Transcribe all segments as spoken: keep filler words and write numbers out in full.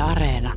Areena.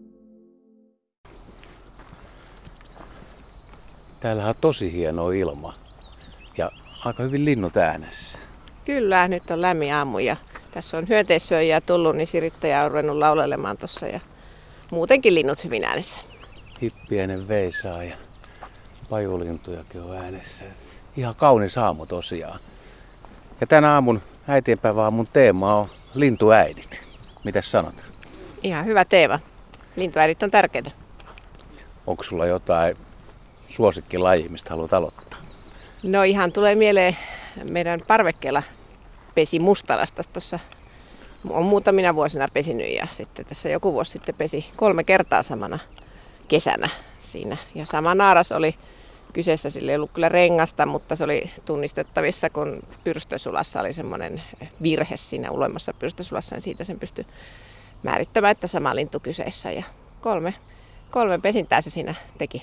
Täällä on tosi hieno ilma ja aika hyvin linnut äänessä. Kyllä, nyt on lämmin aamu ja tässä on hyönteissyöjiä tullut, niin sirittäjä on ruvennut laulelemaan tuossa ja muutenkin linnut hyvin äänessä. Hippiäinen veisaa ja pajulintujakin on äänessä. Ihan kaunis aamu tosiaan. Ja tänä aamun äitienpäiväaamun teema on lintuäidit. Mitäs sanot? Ihan hyvä teema. Lintuäidit on tärkeitä. Onko sulla jotain suosikkilajia, mistä haluat aloittaa? No ihan tulee mieleen meidän parvekkeella pesi mustalasta tuossa. On muutamina vuosina pesinyt ja sitten tässä joku vuosi sitten pesi kolme kertaa samana kesänä siinä. Ja sama naaras oli kyseessä, sillä ei ollut kyllä rengasta, mutta se oli tunnistettavissa, kun pyrstösulassa oli semmoinen virhe siinä ulemmassa pyrstösulassa, niin siitä sen pystyi määrittämään, että sama lintu kyseessä. Ja kolme, kolme pesintää se siinä teki.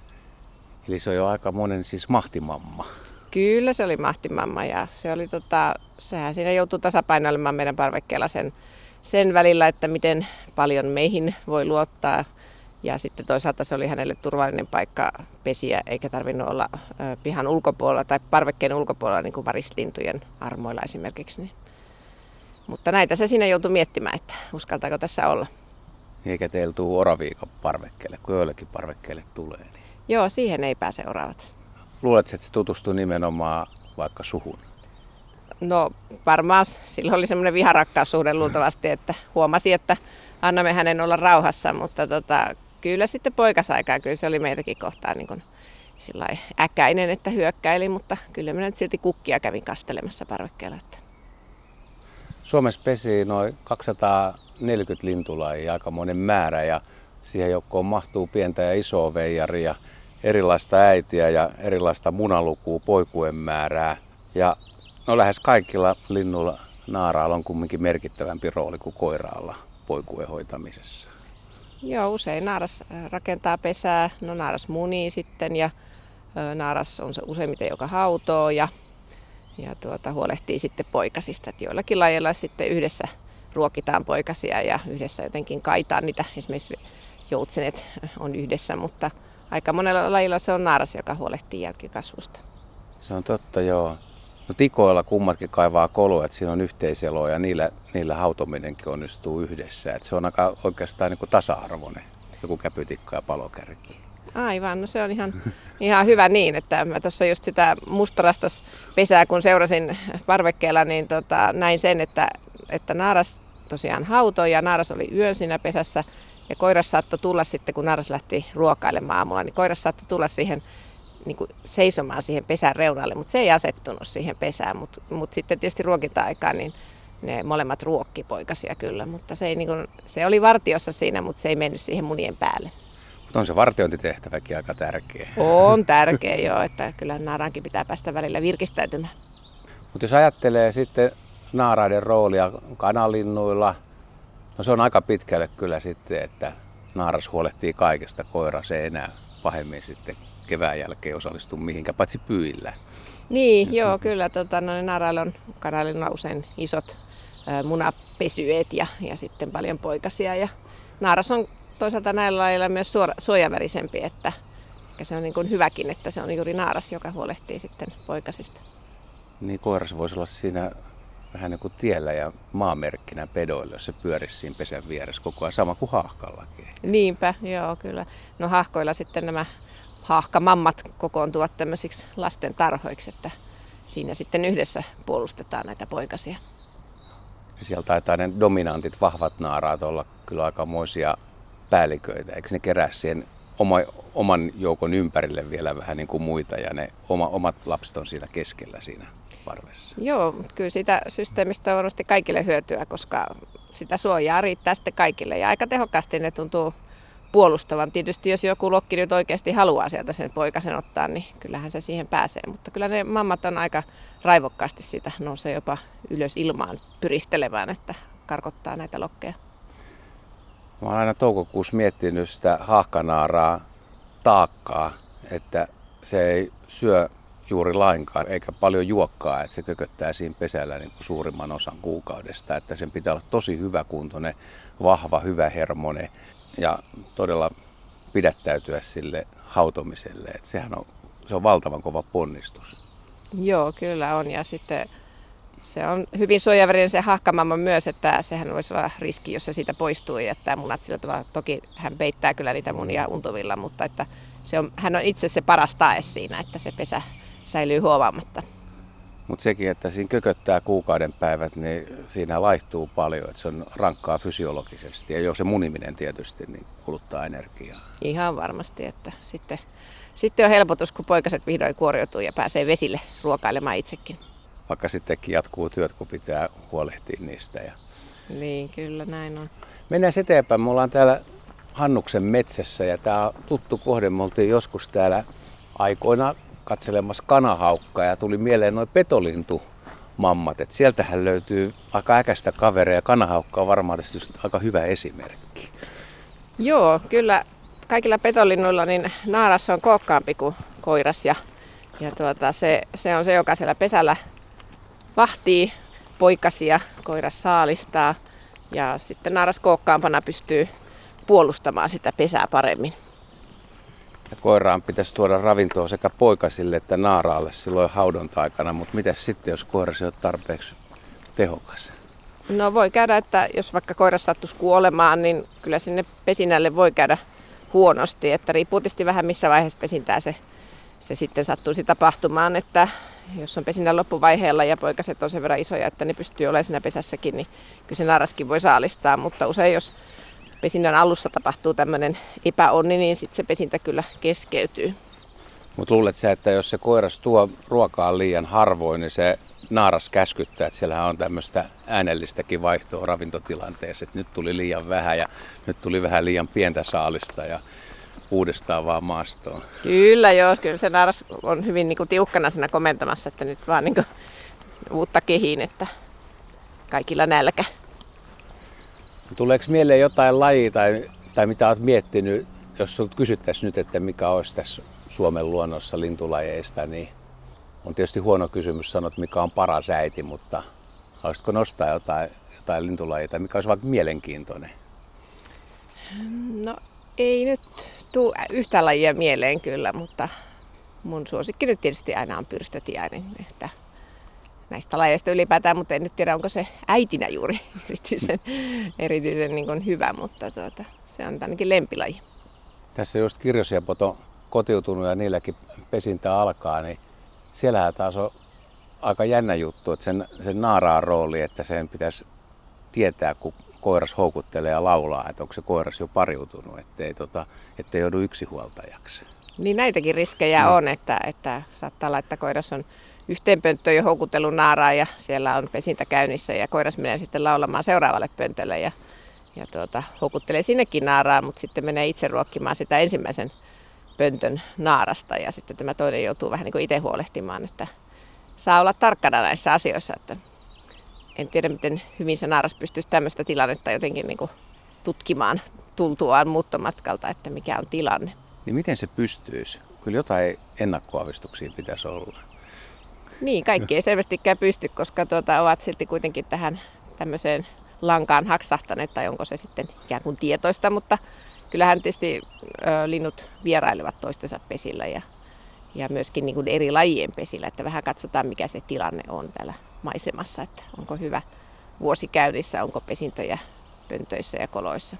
Eli se on jo aika monen siis mahtimamma. Kyllä se oli mahtimamma ja se oli tota, sehän siinä joutui tasapainoilemaan meidän parvekkeella sen, sen välillä, että miten paljon meihin voi luottaa. Ja sitten toisaalta se oli hänelle turvallinen paikka pesiä, eikä tarvinnut olla ö, pihan ulkopuolella tai parvekkeen ulkopuolella, niin kuin varislintujen armoilla esimerkiksi. Niin. Mutta näitä se siinä joutui miettimään, että uskaltaako tässä olla. Eikä teillä tule oraviikan parvekkeelle, kun joillekin parvekkeelle tulee. Niin. Joo, siihen ei pääse oravat. Luuletko, että se tutustuu nimenomaan vaikka suhun? No varmaan silloin oli semmoinen viharakkaussuhde luultavasti, että huomasi, että annamme hänen olla rauhassa, mutta tota, kyllä sitten poikasaikaa, kyllä se oli meitäkin kohtaan niin kuin sillai äkäinen, että hyökkäili, mutta kyllä minä nyt silti kukkia kävin kastelemassa parvekkeella. Että. Suomessa pesii noin kaksisataaneljäkymmentä lintulajia, aikamoinen määrä ja siihen joukkoon mahtuu pientä ja isoa veijaria, erilaista äitiä ja erilaista munalukua, poikujen määrää. Ja no lähes kaikilla linnuilla naaraalla on kumminkin merkittävämpi rooli kuin koiraalla poikujen hoitamisessa. Joo, usein naaras rakentaa pesää, no naaras munii sitten ja naaras on se useimmiten, joka hautoo ja, ja tuota, huolehtii sitten poikasista. Et joillakin lajeilla sitten yhdessä ruokitaan poikasia ja yhdessä jotenkin kaitaan niitä, esimerkiksi joutsenet on yhdessä, mutta aika monella lajilla se on naaras, joka huolehtii jälkikasvusta. Se on totta, joo. No tikoilla kummatkin kaivaa kolua, että siinä on yhteiseloa ja niillä, niillä hautominenkin onnistuu yhdessä. Että se on aika oikeastaan niin kuin tasa-arvoinen, joku käpytikka ja palokärki. Aivan, no se on ihan, ihan hyvä niin, että mä tuossa just sitä mustarastaspesää kun seurasin parvekkeella, niin tota, näin sen, että, että naaras tosiaan hautoi ja naaras oli yön siinä pesässä. Ja koiras saattoi tulla sitten, kun naaras lähti ruokailemaan aamulla, niin koiras saattoi tulla siihen niin kuin seisomaan siihen pesän reunalle, mutta se ei asettunut siihen pesään. Mutta mut sitten tietysti ruokinta-aikaan niin ne molemmat ruokki poikasia kyllä, mutta se, ei, niin kuin, se oli vartiossa siinä, mutta se ei mennyt siihen munien päälle. Mutta on se vartiointitehtäväkin aika tärkeä. On tärkeä joo, että kyllä naaraankin pitää päästä välillä virkistäytymään. Mutta jos ajattelee sitten naaraiden roolia kanalinnuilla, no se on aika pitkälle kyllä sitten, että naaras huolehtii kaikesta, koira se ei enää pahemmin sitten kevään jälkeen osallistu mihinkään, paitsi pyillä. Niin, joo, kyllä. Tota, no, naarailla on kanalilla usein isot ä, munapesyet ja, ja sitten paljon poikasia. Ja naaras on toisaalta näillä lailla myös suora, suojavärisempi, että se on niin kuin hyväkin, että se on juuri naaras, joka huolehtii sitten poikasista. Niin, koiras voisi olla siinä vähän niin kuin tiellä ja maamerkkinä pedoille, jos se pyörisi siinä pesän vieressä koko ajan, sama kuin haahkallakin. Niinpä, joo kyllä. No haahkoilla sitten nämä haahkamammat kokoontuvat tämmöisiksi lasten tarhoiksi, että siinä sitten yhdessä puolustetaan näitä poikasia. Ja siellä taitaa ne dominantit, vahvat naaraat olla kyllä aikamoisia päälliköitä, eikö ne kerää siihen oma, oman joukon ympärille vielä vähän niin kuin muita ja ne oma, omat lapset on siinä keskellä siinä parvessa. Joo, kyllä siitä systeemistä on varmasti kaikille hyötyä, koska sitä suojaa riittää sitten kaikille ja aika tehokkaasti ne tuntuu puolustavan. Tietysti jos joku lokki nyt oikeasti haluaa sieltä sen poikasen ottaa, niin kyllähän se siihen pääsee, mutta kyllä ne mammat on aika raivokkaasti siitä nousee jopa ylös ilmaan pyristelemään, että karkottaa näitä lokkeja. Mä oon aina toukokuussa miettinyt sitä haahkanaaraa taakkaa, että se ei syö juuri lainkaan, eikä paljon juokkaa, että se kököttää siinä pesällä niin kuin suurimman osan kuukaudesta. Että sen pitää olla tosi hyväkuntoinen, vahva, hyvähermoinen ja todella pidättäytyä sille hautomiselle. Että sehän on, se on valtavan kova ponnistus. Joo, kyllä on. Ja sitten se on hyvin suojaverinen se hahkamamma myös, että sehän voisi olla riski, jos se siitä poistuu ja jättää munat sillä tavalla. Toki hän peittää kyllä niitä munia untuvilla, mutta että se on, hän on itse se paras tae siinä, että se pesä säilyy huomaamatta. Mutta sekin, että siinä kököttää kuukauden päivät, niin siinä laihtuu paljon. Että se on rankkaa fysiologisesti ja jo se muniminen tietysti niin kuluttaa energiaa. Ihan varmasti, että sitten, sitten on helpotus, kun poikaset vihdoin kuoriutuu ja pääsee vesille ruokailemaan itsekin. Vaikka sittenkin jatkuu työt, kun pitää huolehtia niistä. Ja... Niin, kyllä näin on. Mennään eteenpäin. Me ollaan täällä Hannuksen metsässä ja tää on tuttu kohde. Me oltiin joskus täällä aikoina katselemassa kanahaukkaa ja tuli mieleen noin petolintumammat. Et sieltähän löytyy aika äkäistä kavereja. Kanahaukka on varmaan just aika hyvä esimerkki. Joo, kyllä kaikilla petolinnuilla niin naaras on kookkaampi kuin koiras ja, ja tuota, se, se on se, joka siellä pesällä vahtii poikasia, koiras saalistaa ja sitten naaras kookkaampana pystyy puolustamaan sitä pesää paremmin. Ja koiraan pitäisi tuoda ravintoa sekä poikasille että naaraalle silloin haudonta-aikana, mutta mitäs sitten, jos koiras ei ole tarpeeksi tehokas? No voi käydä, että jos vaikka koiras sattuisi kuolemaan, niin kyllä sinne pesinälle voi käydä huonosti. Että riippuu tietysti vähän missä vaiheessa pesintää se, se sitten sattuisi tapahtumaan. Että jos on pesinnän loppuvaiheella ja poikaset on sen verran isoja, että ne pystyy olemaan siinä pesässäkin, niin kyllä se naaraskin voi saalistaa. Mutta usein jos pesinnän alussa tapahtuu tämmöinen epäonni, niin sitten se pesintä kyllä keskeytyy. Mutta luulet sä, että jos se koiras tuo ruokaa liian harvoin, niin se naaras käskyttää, että siellähän on tämmöistä äänellistäkin vaihtoa ravintotilanteessa, että nyt tuli liian vähän ja nyt tuli vähän liian pientä saalista ja uudestaan vaan maastoon. Kyllä joo, kyllä se naaras on hyvin niin kuin tiukkana siinä komentamassa, että nyt vaan niin kuin uutta kehiin, että kaikilla nälkä. Tuleeko mieleen jotain lajia tai, tai mitä olet miettinyt, jos sinulta kysyttäisiin nyt, että mikä olisi tässä Suomen luonnossa lintulajeista, niin on tietysti huono kysymys sanoa, mikä on paras äiti, mutta haluaisitko nostaa jotain, jotain lintulajia tai mikä olisi vaikka mielenkiintoinen? No ei nyt tule yhtä lajia mieleen kyllä, mutta mun suosikki nyt tietysti aina on pyrstötiainen. Että näistä lajeista ylipäätään, mutta en nyt tiedä, onko se äitinä juuri erityisen, erityisen niin kuin hyvä, mutta tuota, se on ainakin lempilaji. Tässä just kirjosiepot on kotiutunut ja niilläkin pesintä alkaa, niin siellähän taas on aika jännä juttu, että sen, sen naaraan rooli, että sen pitäisi tietää, kun koiras houkuttelee ja laulaa, että onko se koiras jo pariutunut, ettei, tota, ettei joudu yksinhuoltajaksi. Niin näitäkin riskejä no. on, että, että saattaa olla, että koiras on yhteen pönttöön jo houkutellut naaraa ja siellä on pesintä käynnissä ja koiras menee sitten laulamaan seuraavalle pöntölle ja, ja tuota, houkuttelee sinnekin naaraa, mutta sitten menee itse ruokkimaan sitä ensimmäisen pöntön naarasta ja sitten tämä toinen joutuu vähän niin kuin itse huolehtimaan, että saa olla tarkkana näissä asioissa, että en tiedä miten hyvin se naaras pystyisi tämmöistä tilannetta jotenkin niin kuin tutkimaan tultuaan muuttomatkalta, että mikä on tilanne. Niin miten se pystyisi? Kyllä jotain ennakkoavistuksia pitäisi olla. Niin, kaikki ei selvästikään pysty, koska tuota, ovat silti kuitenkin tähän tämmöiseen lankaan haksahtaneet, tai onko se sitten ikään kuin tietoista, mutta kyllähän tietysti ö, linnut vierailevat toistensa pesillä ja, ja myöskin niin kuin eri lajien pesillä, että vähän katsotaan mikä se tilanne on täällä maisemassa, että onko hyvä vuosi käynnissä, onko pesintöjä pöntöissä ja koloissa.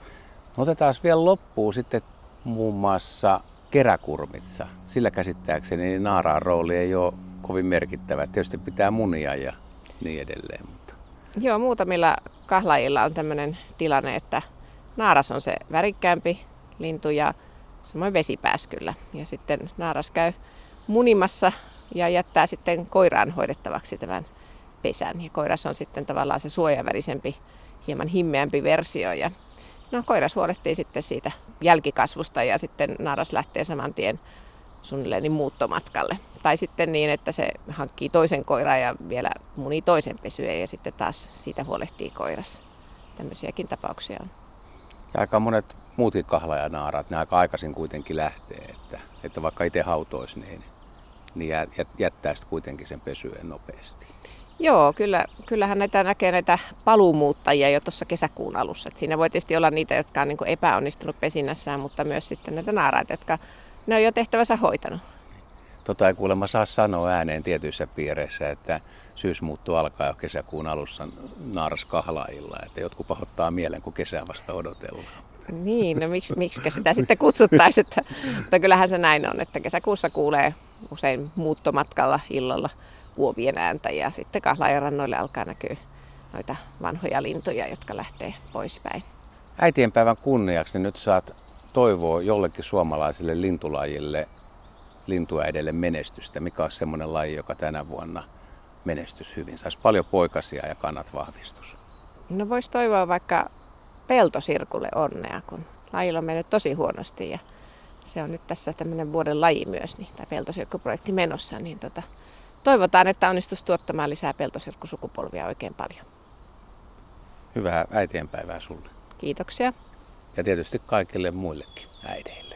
Otetaan vielä loppuun sitten muun muassa keräkurmitsa. Sillä käsittääkseni naaraan rooli ei ole kovin merkittävä. Tietysti pitää munia ja niin edelleen. Mutta... Joo, muutamilla kahlaajilla on tämmöinen tilanne, että naaras on se värikkäämpi lintu ja samoin vesipääskyllä. Ja sitten naaras käy munimassa ja jättää sitten koiraan hoidettavaksi tämän pesän. Ja koiras on sitten tavallaan se suojavärisempi, hieman himmeämpi versio. Ja no, koiras huolehtii sitten siitä jälkikasvusta ja sitten naaras lähtee saman tien suunnilleen niin muuttomatkalle. Tai sitten niin, että se hankkii toisen koiran ja vielä munii toisen pesyä ja sitten taas siitä huolehtii koiras. Tämmöisiäkin tapauksia on. Ja aika monet muutkin kahlajanaarat, ne aika aikaisin kuitenkin lähtee, että, että vaikka itse hautoisi, niin niin jättää sitten kuitenkin sen pesyen nopeasti. Joo, kyllä, kyllähän näitä näkee näitä paluumuuttajia jo tuossa kesäkuun alussa. Et siinä voi tietysti olla niitä, jotka on niin kuin epäonnistunut pesinnässään, mutta myös sitten näitä naaraita, jotka ne on jo tehtävänsä hoitanut. Tota ei kuulemma saa sanoa ääneen tietyissä piireissä, että syysmuutto alkaa jo kesäkuun alussa naaraskahlaajilla, että jotkut pahoittaa mielen, kun kesää vasta odotellaan. Niin, no miksi, miksi sitä sitten kutsuttaisiin, että, mutta kyllähän se näin on, että kesäkuussa kuulee usein muuttomatkalla illalla kuovien ääntä ja sitten kahlaajan rannoille alkaa näkyä noita vanhoja lintuja, jotka lähtee poispäin. Äitienpäivän kunniaksi niin nyt saat toivoa jollekin suomalaiselle lintulajille, lintuäidelle menestystä. Mikä on semmoinen laji, joka tänä vuonna menestys hyvin? Saisi paljon poikasia ja kannat vahvistus. No voisi toivoa vaikka peltosirkulle onnea, kun lajilla on mennyt tosi huonosti ja se on nyt tässä tämmöinen vuoden laji myös, niin tämä peltosirkkuprojekti menossa, niin tota, toivotaan, että onnistuisi tuottamaan lisää peltosirkkusukupolvia oikein paljon. Hyvää äitienpäivää sulle. Kiitoksia. Ja tietysti kaikille muillekin äideille.